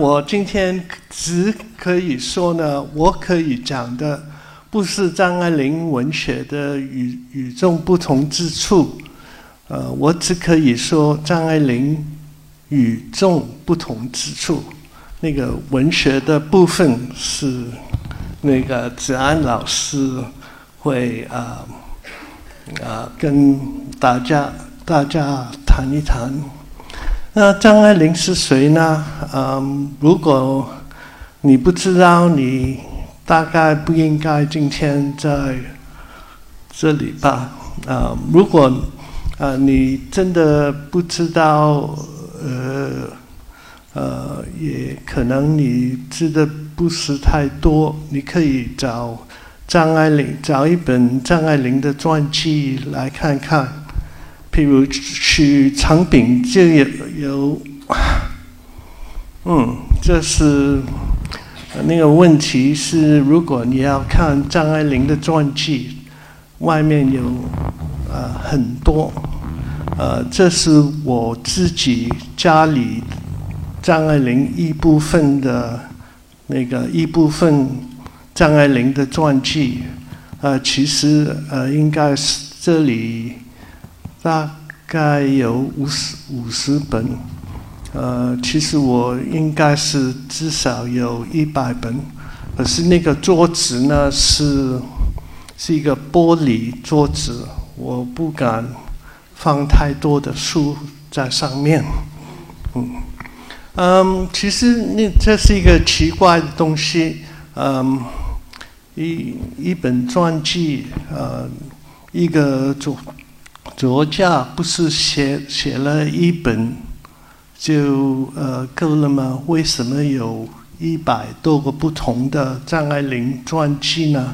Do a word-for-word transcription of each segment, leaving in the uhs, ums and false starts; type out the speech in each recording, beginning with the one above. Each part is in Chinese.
我今天只可以说呢，我可以讲的不是张爱玲文学的与与众不同之处，呃，我只可以说张爱玲与众不同之处。那个文学的部分是那个子安老师会啊啊、呃呃、跟大家大家谈一谈。那张爱玲是谁呢？嗯，如果你不知道，你大概不应该今天在这里吧？啊、嗯，如果啊、呃、你真的不知道，呃呃，也可能你知的不是太多，你可以找张爱玲，找一本张爱玲的传记来看看。譬如去长柄就有有，嗯，这是那个问题是，如果你要看张爱玲的传记，外面有呃很多，呃，这是我自己家里张爱玲一部分的那个一部分张爱玲的传记，呃，其实呃应该是这里。大概有五十五十本，呃，其实我应该是至少有一百本，可是那个桌子呢是是一个玻璃桌子，我不敢放太多的书在上面。嗯，嗯，其实那这是一个奇怪的东西，嗯，一一本传记，呃，一个作。作家不是写写了一本就呃够了吗？为什么有一百多个不同的张爱玲传记呢？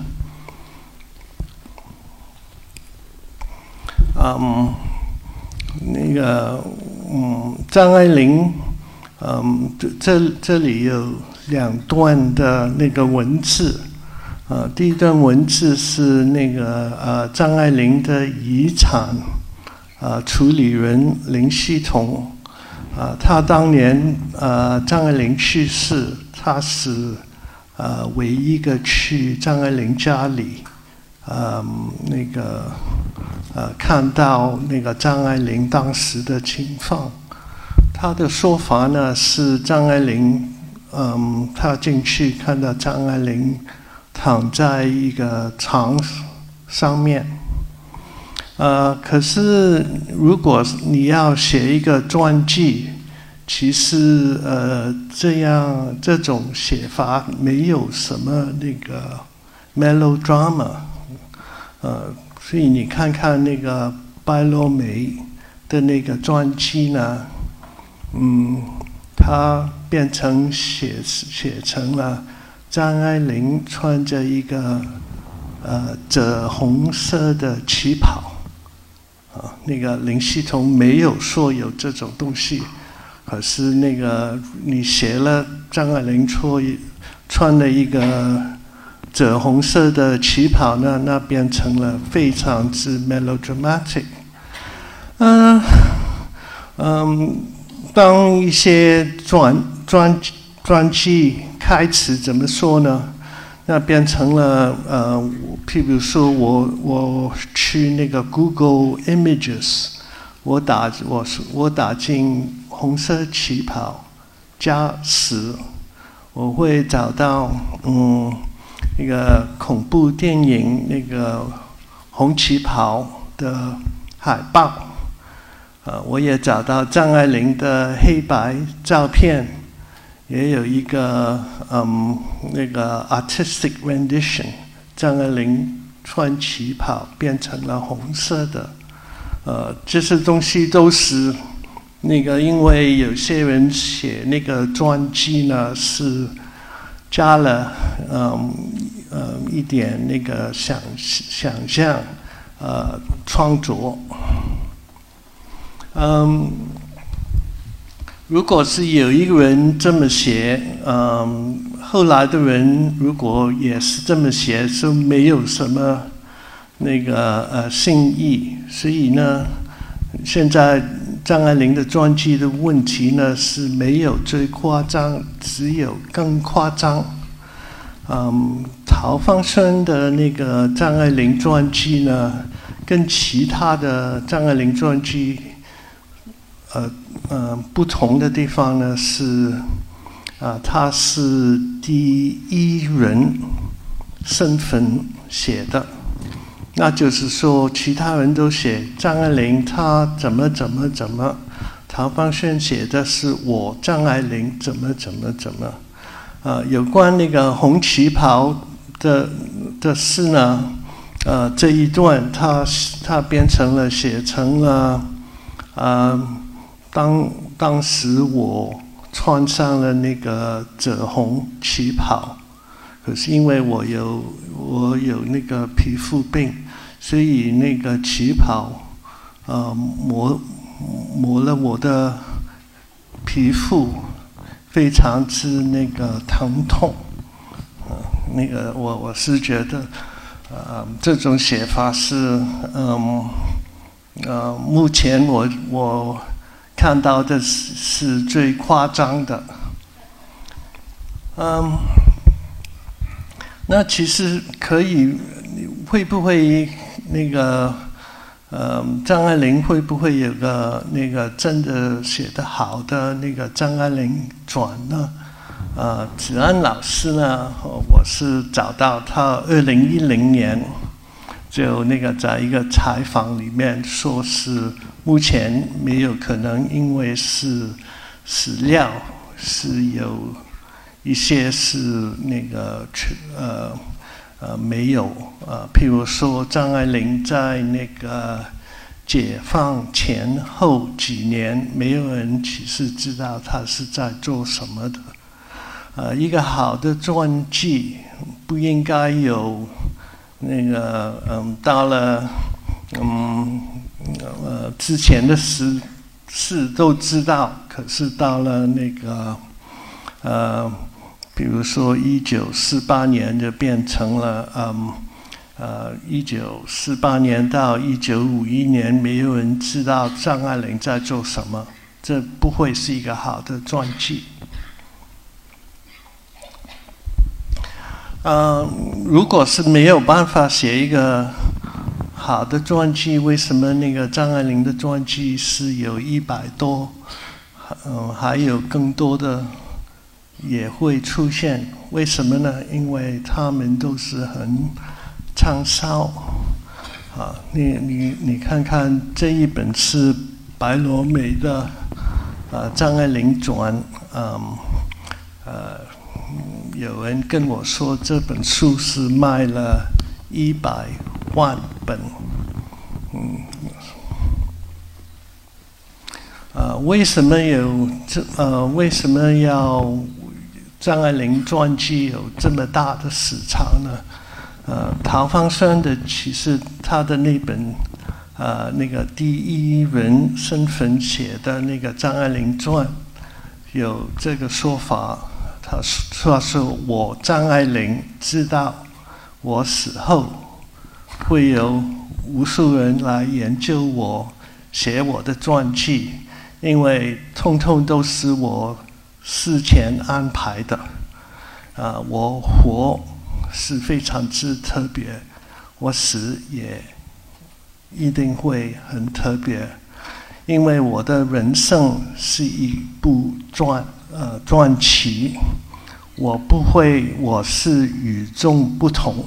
嗯，那个嗯，张爱玲，嗯，这这里有两段的那个文字。呃，第一段文字是那个呃张爱玲的遗产，呃处理人林希彤，啊、呃，他当年呃张爱玲去世，他是呃唯一一个去张爱玲家里，呃那个呃看到那个张爱玲当时的情况。他的说法呢是张爱玲，嗯，他进去看到张爱玲。躺在一个床上面，呃，可是如果你要写一个传记，其实呃这样这种写法没有什么那个 melodrama， 呃，所以你看看那个白落梅的那个传记呢，嗯，它变成写写成了。张爱玲穿着一个呃赭红色的旗袍，啊，那个林希彤没有说有这种东西，可是那个你写了张爱玲穿穿了一个赭红色的旗袍呢，那变成了非常之 melodramatic。嗯、呃、嗯，当一些传传传记。开始怎么说呢？那变成了呃，譬如说我我去那个 Google Images， 我打我我打进红色旗袍加十，我会找到嗯那个恐怖电影那个红旗袍的海报，呃，我也找到张爱玲的黑白照片。也有一个嗯那个 artistic rendition， 张爱玲穿旗袍变成了红色的，呃，这些东西都是那个，因为有些人写那个传记呢是加了嗯呃一点那个想想象呃创作，嗯。如果是有一个人这么写，嗯，后来的人如果也是这么写，就没有什么那个呃新意。所以呢，现在张爱玲的传记的问题呢，是没有最夸张，只有更夸张。嗯，陶芳轩的那个张爱玲传记呢，跟其他的张爱玲传记，呃呃不同的地方呢是，啊、呃，他是第一人身份写的。那就是说，其他人都写张爱玲她怎么怎么怎么，陶芳轩写的是我张爱玲怎么怎么怎么。呃，有关那个红旗袍的的事呢，呃，这一段他他变成了写成了，呃，当当时我穿上了那个紫红旗袍，可是因为我有我有那个皮肤病。所以那个旗袍，呃，磨磨了我的皮肤，非常之那个疼痛。呃，那个我我是觉得，呃，这种写法是，嗯，呃，目前我我看到的是是最夸张的。嗯，那其实可以，会不会？那个，呃，张爱玲会不会有个那个真的写得好的那个张爱玲传呢？呃，子安老师呢，我是找到他二零一零年就那个在一个采访里面说是目前没有可能，因为是史料是有一些是那个呃。呃，没有呃，譬如说张爱玲在那个解放前后几年，没有人其实知道她是在做什么的。呃，一个好的传记不应该有那个嗯，到了嗯呃之前的事事都知道，可是到了那个呃。比如说，一九四八年就变成了，嗯，呃，一九四八年到一九五一年，没有人知道张爱玲在做什么，这不会是一个好的传记。呃，如果是没有办法写一个好的传记，为什么那个张爱玲的传记是有一百多，嗯、呃，还有更多的？也会出现，为什么呢？因为他们都是很畅销。啊，你你你看看这一本是白罗美的，呃，张爱玲传，嗯，呃，有人跟我说这本书是卖了一百万本，嗯。呃，为什么有这呃？为什么要张爱玲传记有这么大的市场呢？呃，陶芳轩的其实他的那本呃那个第一人身份写的那个张爱玲传，有这个说法，他说是我张爱玲知道我死后会有无数人来研究我，写我的传记。因为通通都是我事前安排的，啊、呃，我活是非常之特别，我死也一定会很特别，因为我的人生是一部传呃传奇，我不会，我是与众不同。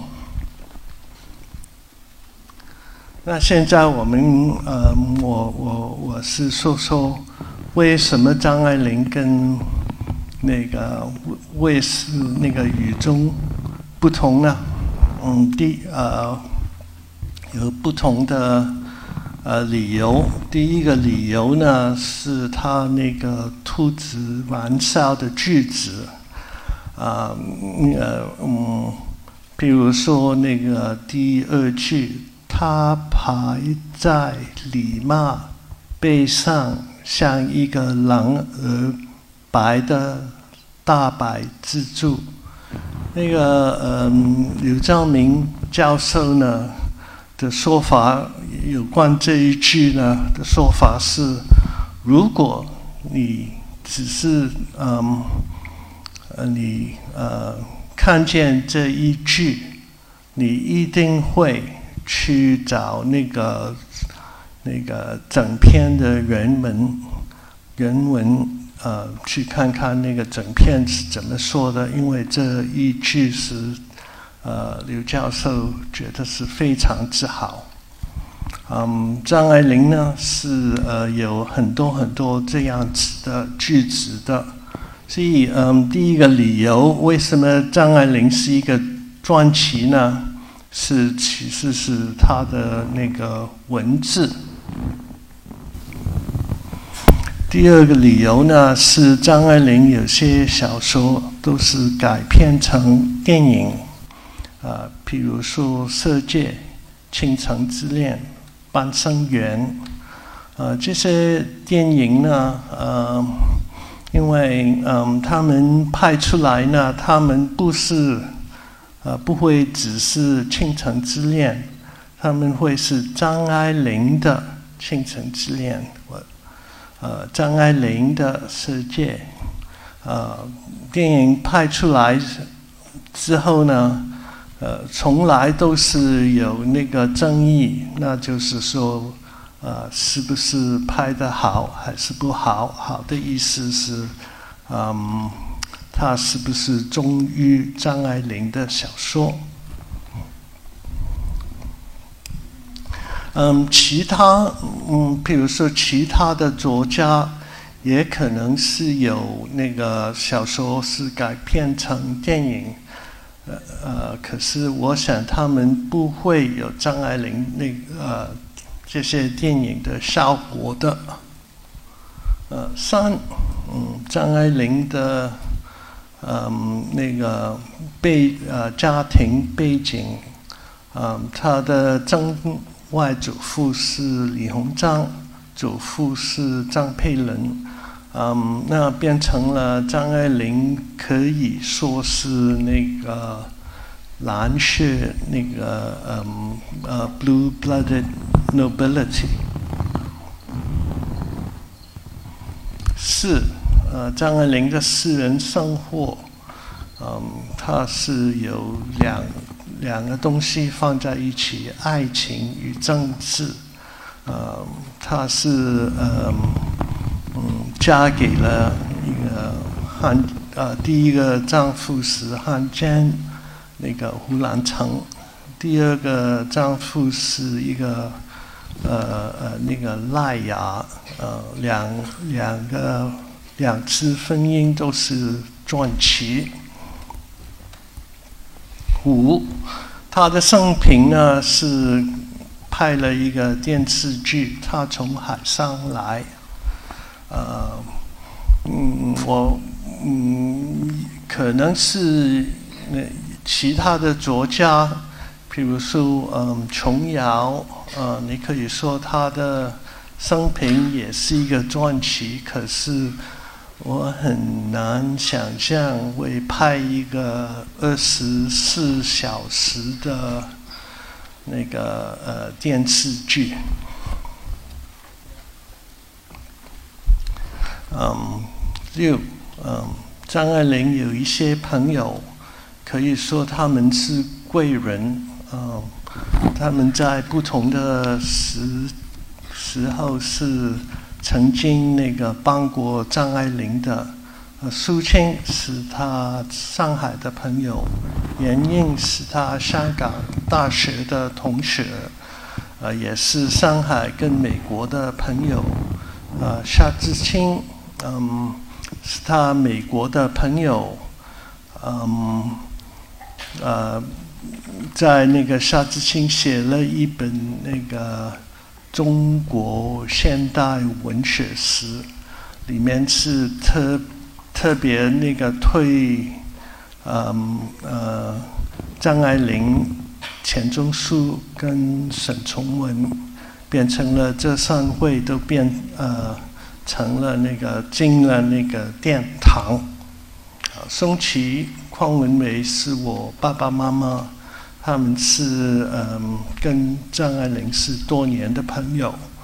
那现在我们呃，我我我是说说，为什么张爱玲跟那个为是那个与众不同呢？嗯，第呃有不同的呃理由。第一个理由呢，是他那个兔子玩笑的句子，啊呃嗯，比如说那个第二句。他排在李妈背上，像一个狼儿白的大白蜘蛛。那个嗯，刘兆明教授呢的说法，有关这一句呢的说法是， 如果你只是嗯呃你呃看见这一句，你一定会去找那个那个整篇的原文原文呃去看看那个整篇是怎么说的，因为这一句是呃刘教授觉得是非常之好。嗯，张爱玲呢是呃有很多很多这样子的句子的，所以嗯第一个理由为什么张爱玲是一个传奇呢？是其实是她的那个文字。第二个理由呢是张爱玲有些小说都是改编成电影，啊、呃，譬如说《色戒》《倾城之恋》。半生缘，呃，这些电影呢，呃，因为嗯、呃，他们拍出来呢，他们不是，呃，不会只是倾城之恋，他们会是张爱玲的倾城之恋，呃，张爱玲的世界，呃，电影拍出来之后呢。呃，从来都是有那个争议，那就是说，呃，是不是拍得好还是不好？好的意思是，嗯，他是不是忠于张爱玲的小说？嗯，其他，嗯，比如说其他的作家，也可能是有那个小说是改编成电影。呃呃，可是我想他们不会有张爱玲那呃这些电影的效果的。呃，三，嗯，张爱玲的嗯那个背呃家庭背景，嗯，她的曾外祖父是李鸿章，祖父是张佩伦。嗯，那变成了张爱玲可以说是那个蓝血那个嗯呃 blue-blooded nobility。四，呃，张爱玲的私人生活，嗯，它是有两两个东西放在一起，爱情与政治。呃，它是嗯。嗯，嫁给了一个汉呃，第一个丈夫是汉奸，那个胡兰成；第二个丈夫是一个呃呃那个赖雅，呃两两个两次婚姻都是传奇。五，他的生平呢是拍了一个电视剧，他从海上来。呃，嗯，我嗯，可能是呃其他的作家，比如说嗯琼瑶，呃，你可以说他的生平也是一个传奇，可是我很难想象会拍一个二十四小时的那个呃电视剧。嗯，六，嗯，张爱玲有一些朋友，可以说他们是贵人，嗯，他们在不同的时时候是曾经那个帮过张爱玲的。呃，苏青是他上海的朋友，袁映是他香港大学的同学，呃，也是上海跟美国的朋友。呃，夏志清。嗯，是他美国的朋友，嗯，呃，在那个夏志清写了一本那个中国现代文学史，里面是特特别那个推，嗯呃张爱玲、钱钟书跟沈从文，变成了这三位都变呃。成了那个进了那个殿堂。啊，宋琦、邝文梅是我爸爸妈妈，他们是嗯跟张爱玲是多年的朋友，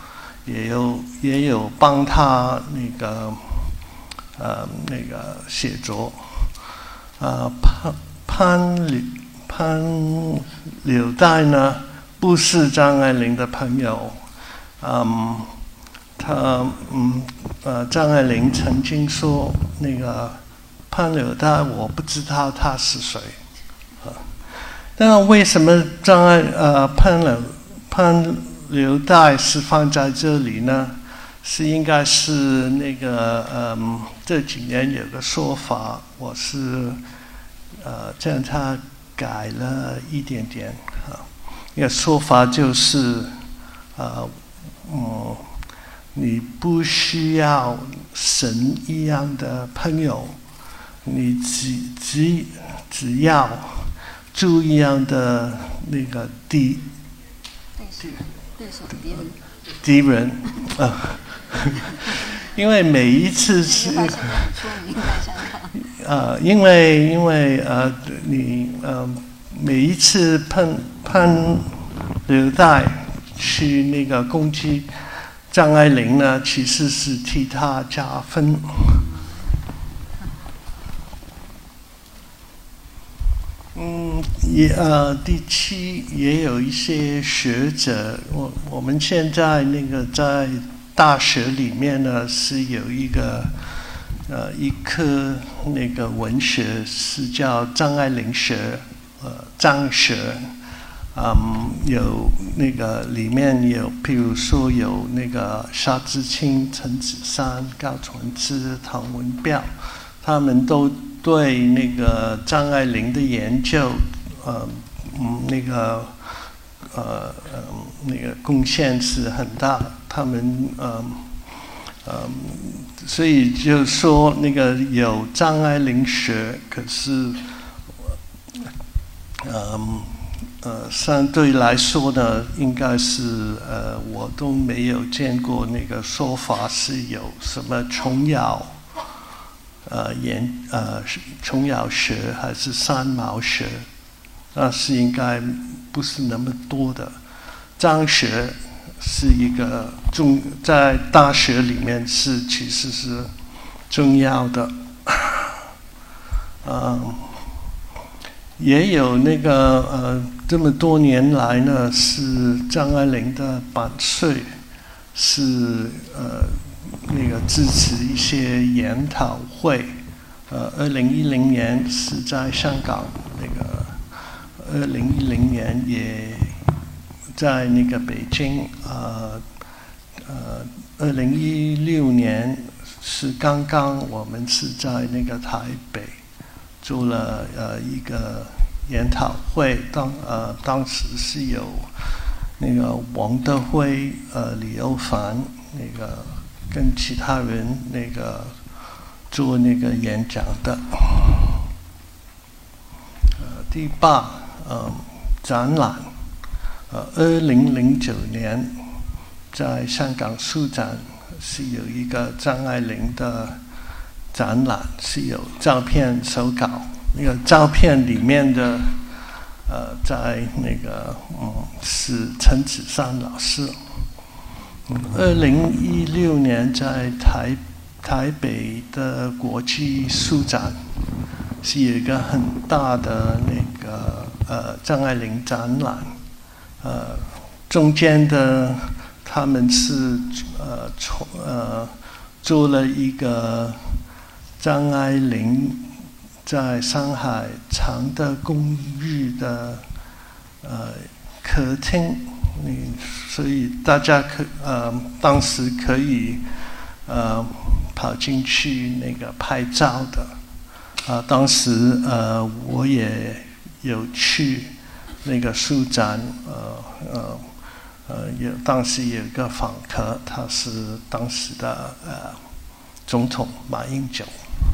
也有也有帮他那个呃那个写作。呃，潘潘柳潘柳带呢，不是张爱玲的朋友。嗯，他嗯呃张爱玲曾经说那个潘柳带，我不知道他是谁。啊，那为什么张爱呃潘柳潘柳带是放在这里呢？是应该是那个嗯这几年有个说法，我是呃将它改了一点点啊。一个说法就是呃嗯，你不需要神一样的朋友，你只只只要猪一样的那个敌对手敌人敌人啊。因为每一次是呃，因为因为呃，你呃每一次潘潘柳带去那个攻击张爱玲呢，其实是替她加分。嗯，也呃，第七也有一些学者，我我们现在那个在大学里面呢，是有一个呃一科那个文学是叫张爱玲学，呃张学，嗯，有那个里面有，譬如说有那个沙之清、陈子珊、高传之、唐文彪，他们都对那个张爱玲的研究，呃嗯那个呃呃那个贡献是很大的。他们呃呃，所以就说那个有张爱玲学，可是呃呃相对来说呢，应该是呃我都没有见过那个说法是有什么琼瑶呃研呃琼瑶学还是三毛学，那是应该不是那么多的。张学是一个重在大学里面是其实是重要的，嗯，也有那个呃这么多年来呢，是张爱玲的版税是呃那个支持一些研讨会，呃，二零一零年是在香港，那个二零一零年也在那个北京，呃呃，二零一六年是刚刚我们是在那个台北做了呃一个研讨会，当呃当时是有那个王德辉、呃李欧凡那个跟其他人那个做那个演讲的。呃，第八，呃，展览。呃，二零零九年在香港书展是有一个张爱玲的展览，是有照片手稿。那个照片里面的，呃，在那个嗯是陈子珊老师。二零一六年在台台北的国际书展是有一个很大的那个呃张爱玲展览。呃，中间的他们是呃从呃做了一个张爱玲在上海常德公寓的呃客厅，嗯，所以大家可呃当时可以呃跑进去那个拍照的，啊、呃，当时呃我也有去。那个书展，呃呃呃，有当时有一个访客，他是当时的呃总统马英九。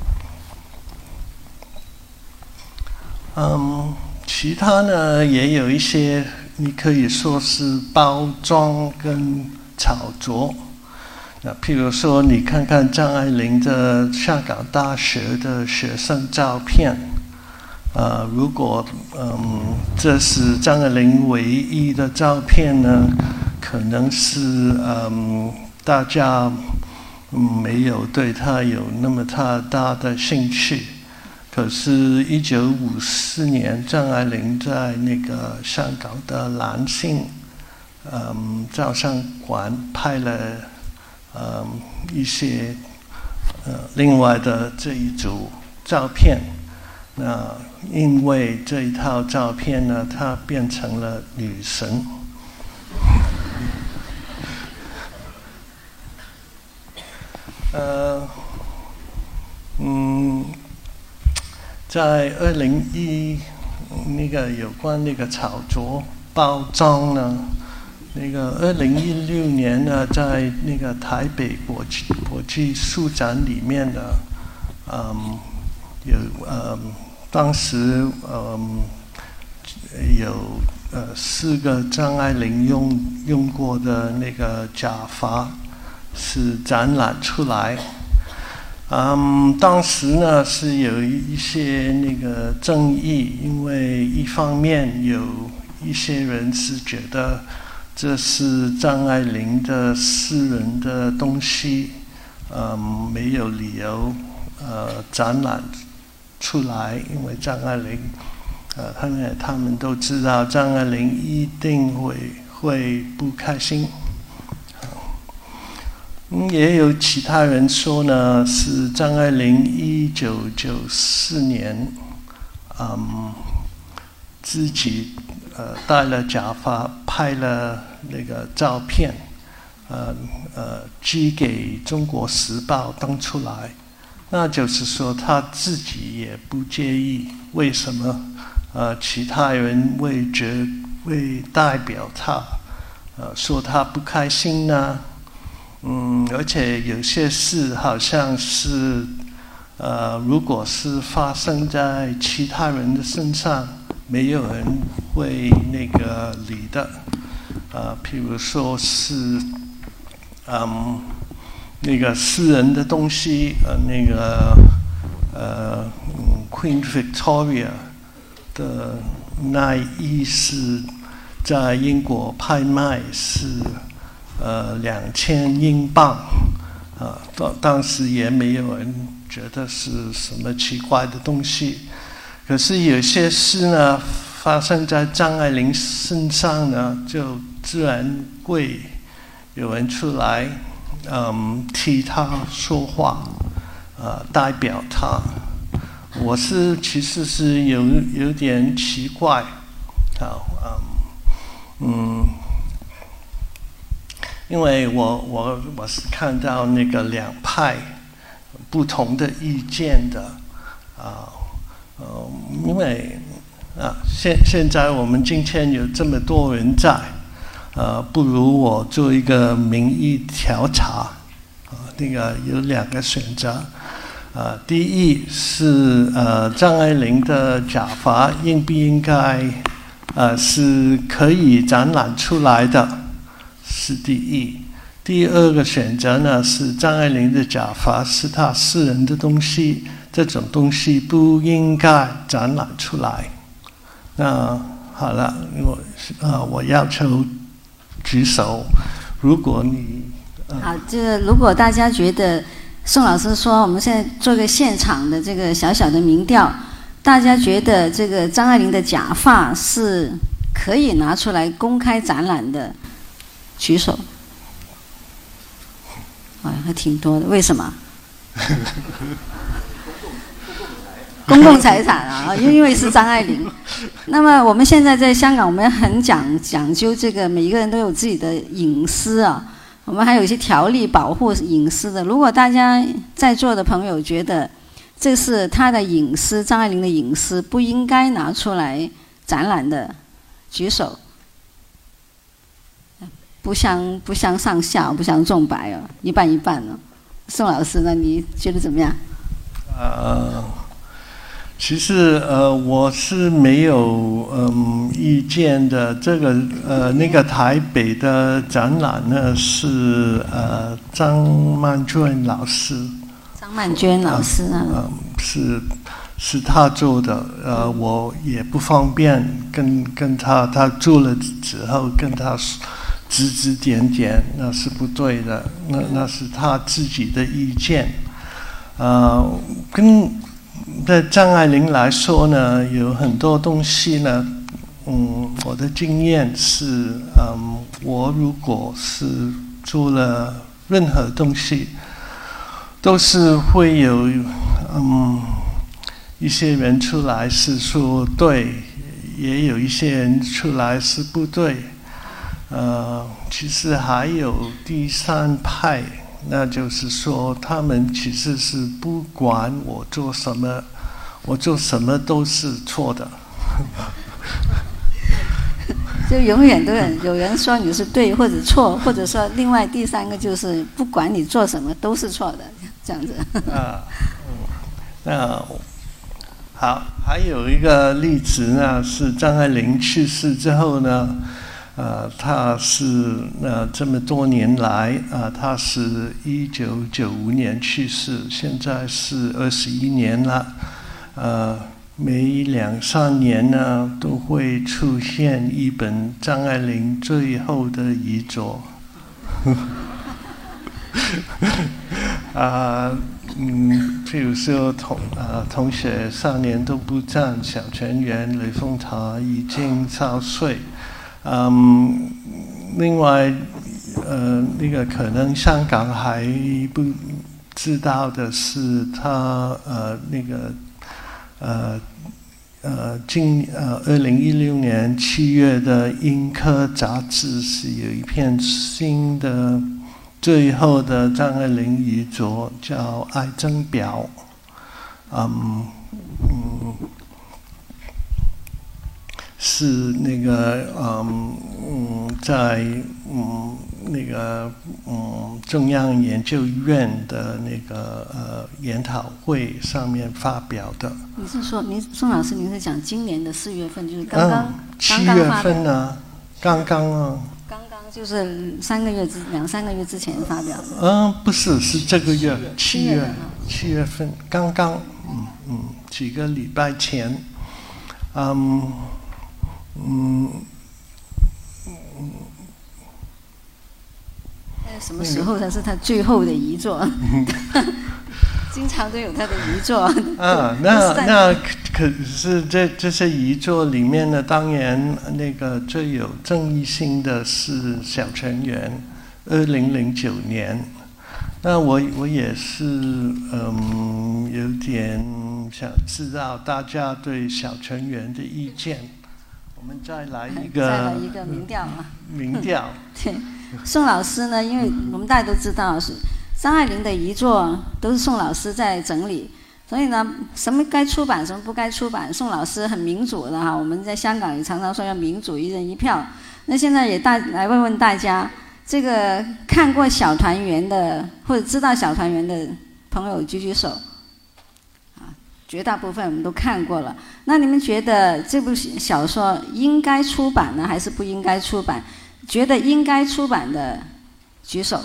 嗯，其他呢也有一些，你可以说是包装跟炒作。那譬如说，你看看张爱玲的香港大学的学生照片。呃，如果嗯这是张爱玲唯一的照片呢， 可能是嗯大家没有对他有那么太大的兴趣。可是，一九五四年，张爱玲在那个香港的兰心嗯照相馆拍了嗯一些呃另外的这一组照片。那因为这一套照片呢，她变成了女神。呃，嗯，在二零一那个有关那个炒作包装呢，那个二零一六年呢，在那个台北国际国际书展里面呢，嗯。有呃，当时嗯有呃四个张爱玲用用过的那个假发是展览出来，嗯，当时呢是有一些那个争议，因为一方面有一些人是觉得这是张爱玲的私人的东西，嗯，没有理由呃展览出来，因为张爱玲，呃，他们他们都知道张爱玲一定会会不开心。嗯，也有其他人说呢，是张爱玲一九九四年，嗯，自己呃戴了假发，拍了那个照片，呃呃寄给《中国时报》登出来。那就是说，他自己也不介意，为什么？呃，其他人为觉为代表他，呃，说他不开心呢？嗯，而且有些事好像是，呃，如果是发生在其他人的身上，没有人会那个理的。呃，譬如说是，嗯。那个私人的东西，呃，那个呃，Queen Victoria 的内衣是在英国拍卖是呃两千英镑，啊，当当时也没有人觉得是什么奇怪的东西。可是有些事呢，发生在张爱玲身上呢，就自然会有人出来。嗯，替他说话，呃，代表他。我是其实是有有点奇怪，啊，嗯，嗯，因为我我我是看到那个两派不同的意见的，啊，呃，因为啊，现现在我们今天有这么多人在。呃，不如我做一个民意调查，啊，那个有两个选择，呃，第一是呃张爱玲的假发应不应该呃是可以展览出来的，是第一。第二个选择呢是张爱玲的假发是她私人的东西，这种东西不应该展览出来。那好了，我呃我要求。举手，如果你、呃、 好，这个如果大家觉得宋老师说我们现在做个现场的这个小小的民调，大家觉得这个张爱玲的假发是可以拿出来公开展览的，举手。啊，还挺多的，为什么？公共财产啊，因为是张爱玲。那么我们现在在香港，我们很讲讲究这个，每一个人都有自己的隐私啊。我们还有一些条例保护隐私的。如果大家在座的朋友觉得这是他的隐私，张爱玲的隐私，不应该拿出来展览的，举手。不相不相上下，不相重白哦，一半一半哦。宋老师呢，你觉得怎么样？ 呃。其实呃我是没有嗯意见的。这个呃那个台北的展览呢是呃张曼娟老师。 张曼娟老师啊。 嗯、呃，是是他做的。呃，我也不方便跟跟他，他做了之后跟他指指点点，那是不对的，那那是他自己的意见。呃，跟在张爱玲来说呢，有很多东西呢，嗯，我的经验是，嗯，我如果是做了任何东西，都是会有，嗯，一些人出来是说对，也有一些人出来是不对。呃，其实还有第三派，那就是说他们其实是不管我做什么，我做什么都是错的。 就永远都有有人说你是对或者错，或者说另外第三个就是不管你做什么都是错的，这样子。 啊，嗯，那好，还有一个例子呢，是张爱玲去世之后呢。呃，他是呃这么多年来啊、呃，他是一九九五年去世，现在是二十一年了。呃，每两三年呢都会出现一本张爱玲最后的遗作。啊，嗯，譬如说同啊同学少年都不赞，小泉圆、雷峰塔已经操碎。嗯，另外，呃，那个可能香港还不知道的是，他呃那个呃呃今呃二零一六年七月的《英科》杂志是有一篇新的最后的张爱玲遗作，叫《爱憎表》。嗯嗯。是那个嗯嗯，在嗯那个嗯中央研究院的那个呃研讨会上面发表的。 你是说，您宋老师，您是讲今年的四月份，就是刚刚、 嗯、七月份呢？刚刚啊。 刚刚就是三个月之两三个月之前发表的。 嗯，不是，是这个月七月七月七月份，刚刚嗯嗯几个礼拜前，嗯。嗯， 那什么时候才是他最后的遗作？经常都有他的遗作。 啊，那那可是这这些遗作里面呢，当然那个最有争议性的是小泉圆，二零零九年。那我我也是嗯有点想知道大家对小泉圆的意见。我们再来一个， 再来一个民调啊！ 民调。 对，宋老师呢，因为我们大家都知道是张爱玲的遗作都是宋老师在整理，所以呢，什么该出版，什么不该出版，宋老师很民主的哈。我们在香港也常常说要民主，一人一票。那现在也大来问问大家，这个看过《小团圆》的或者知道《小团圆》的朋友举举手。绝大部分我们都看过了，那你们觉得这部小说应该出版呢，还是不应该出版？觉得应该出版的举手。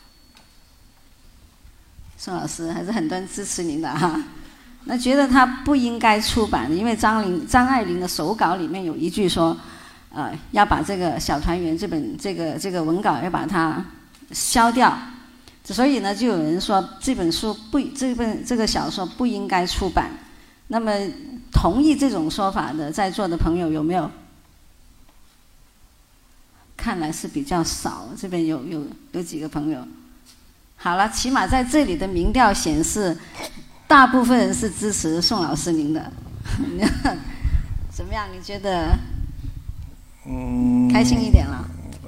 宋老师还是很多人支持您的哈。那觉得他不应该出版，因为张玲张爱玲的手稿里面有一句说，呃，要把这个《小团圆》这本这个这个文稿要把它消掉。所以呢，就有人说这本书不，这本这个小说不应该出版。那么，同意这种说法的在座的朋友有没有？看来是比较少。这边有有有几个朋友。好了，起码在这里的民调显示，大部分人是支持宋老师您的。怎么样？你觉得？嗯。开心一点了。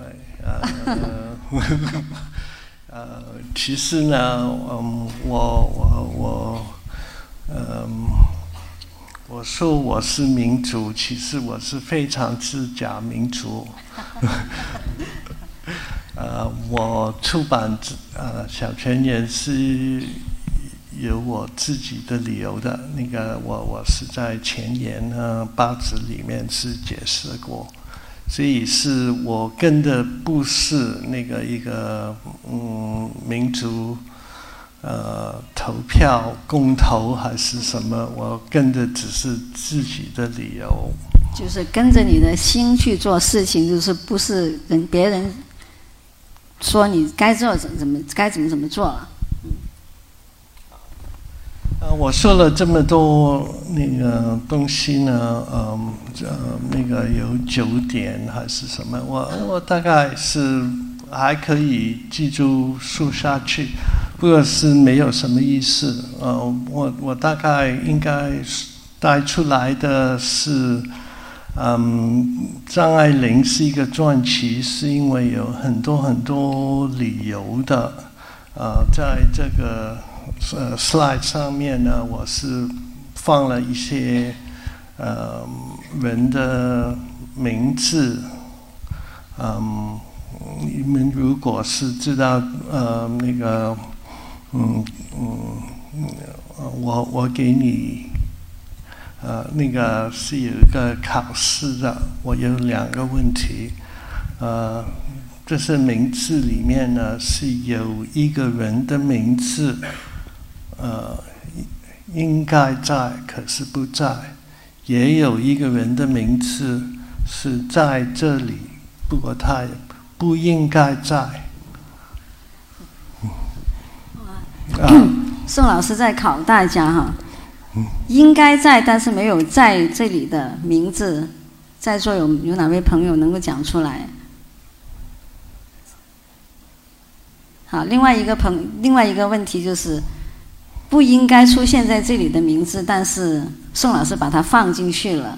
呃呃，其实呢，嗯，我我我，嗯，我说我是民主，其实我是非常自假民主。呃，我出版呃小泉圆是有我自己的理由的，那个我我是在前言呢八字里面是解释过。所以是我跟的不是那个一个嗯民族呃投票公投还是什么，我跟的只是自己的理由。 就是跟着你的心去做事情，就是不是人别人说你该做怎怎么该怎么怎么做了。 呃，我说了这么多那个东西呢，嗯，呃，那个有九点还是什么，我我大概是还可以记住说下去，不过是没有什么意思。呃，我我大概应该带出来的是，嗯，张爱玲是一个传奇，是因为有很多很多理由的。呃，在这个呃 slide 上面呢，我是放了一些呃人的名字。嗯，你们如果是知道呃那个嗯嗯，我我给你呃那个是有一个考试的，我有两个问题，呃。这些名字里面呢，是有一个人的名字，呃，应该在，可是不在；也有一个人的名字是在这里，不过他不应该在。 啊，宋老师在考大家哈，应该在但是没有在这里的名字，在座有有哪位朋友能够讲出来？好，另外一个朋，另外一个问题就是，不应该出现在这里的名字，但是宋老师把它放进去了。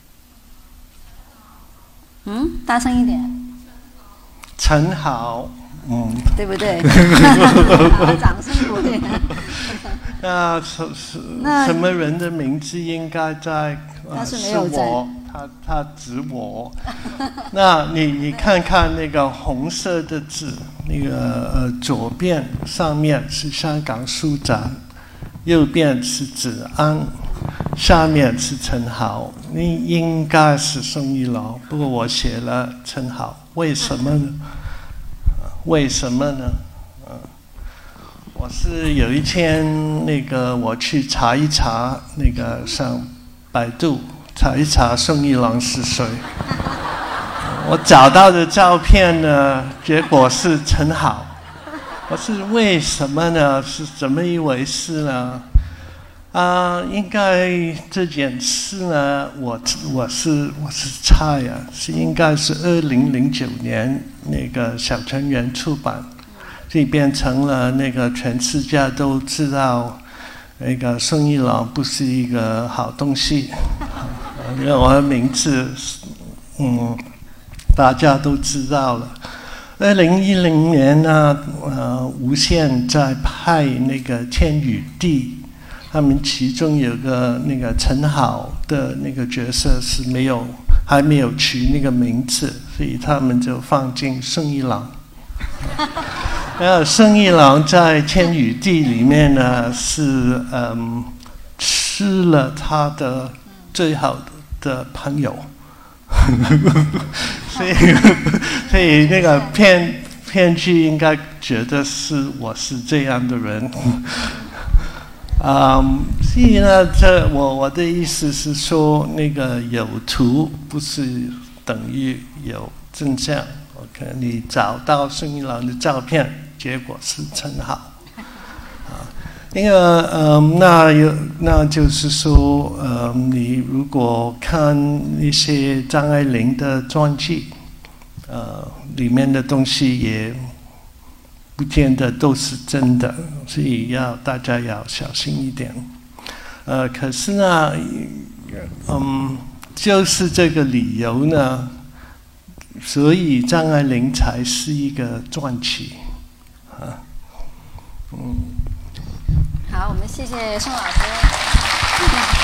嗯，大声一点。 陈豪，嗯， 对不对？好，掌声鼓励。 那是是什么人的名字应该在？ 他是没有在。 是我，他他指我。那你你看看那个红色的字，那个呃左边上面是香港书展，右边是子安，下面是陈豪。你应该是宋一郎，不过我写了陈豪，为什么呢？为什么呢？我是有一天那个我去查一查那个上百度查一查宋一郎是谁，我找到的照片呢，结果是陈好。我是为什么呢？是怎么一回事呢？啊，应该这件事呢，我我是我是猜呀，是应该是二零零九年那个小成员出版。这变成了那个全世界都知道，那个宋一郎不是一个好东西。因为我的名字，嗯，大家都知道了。二零一零年呢，呃，无线在拍那个《天与地》，他们其中有个那个陈好的那个角色是没有还没有取那个名字，所以他们就放进宋一郎。然后宋一郎在《天与地》里面呢，是嗯吃了他的最好的朋友，所以所以那个编编剧应该觉得是我是这样的人。嗯，所以呢，这我我的意思是说，那个有图不是等于有真相。OK， 你找到宋一郎的照片，结果是陈好。啊，那个呃，那有那就是说，呃，你如果看一些张爱玲的传记，呃，里面的东西也不见得都是真的，所以要大家要小心一点。呃，可是呢，嗯，就是这个理由呢。所以张爱玲才是一个传奇，啊，嗯。 好，我们谢谢宋老师。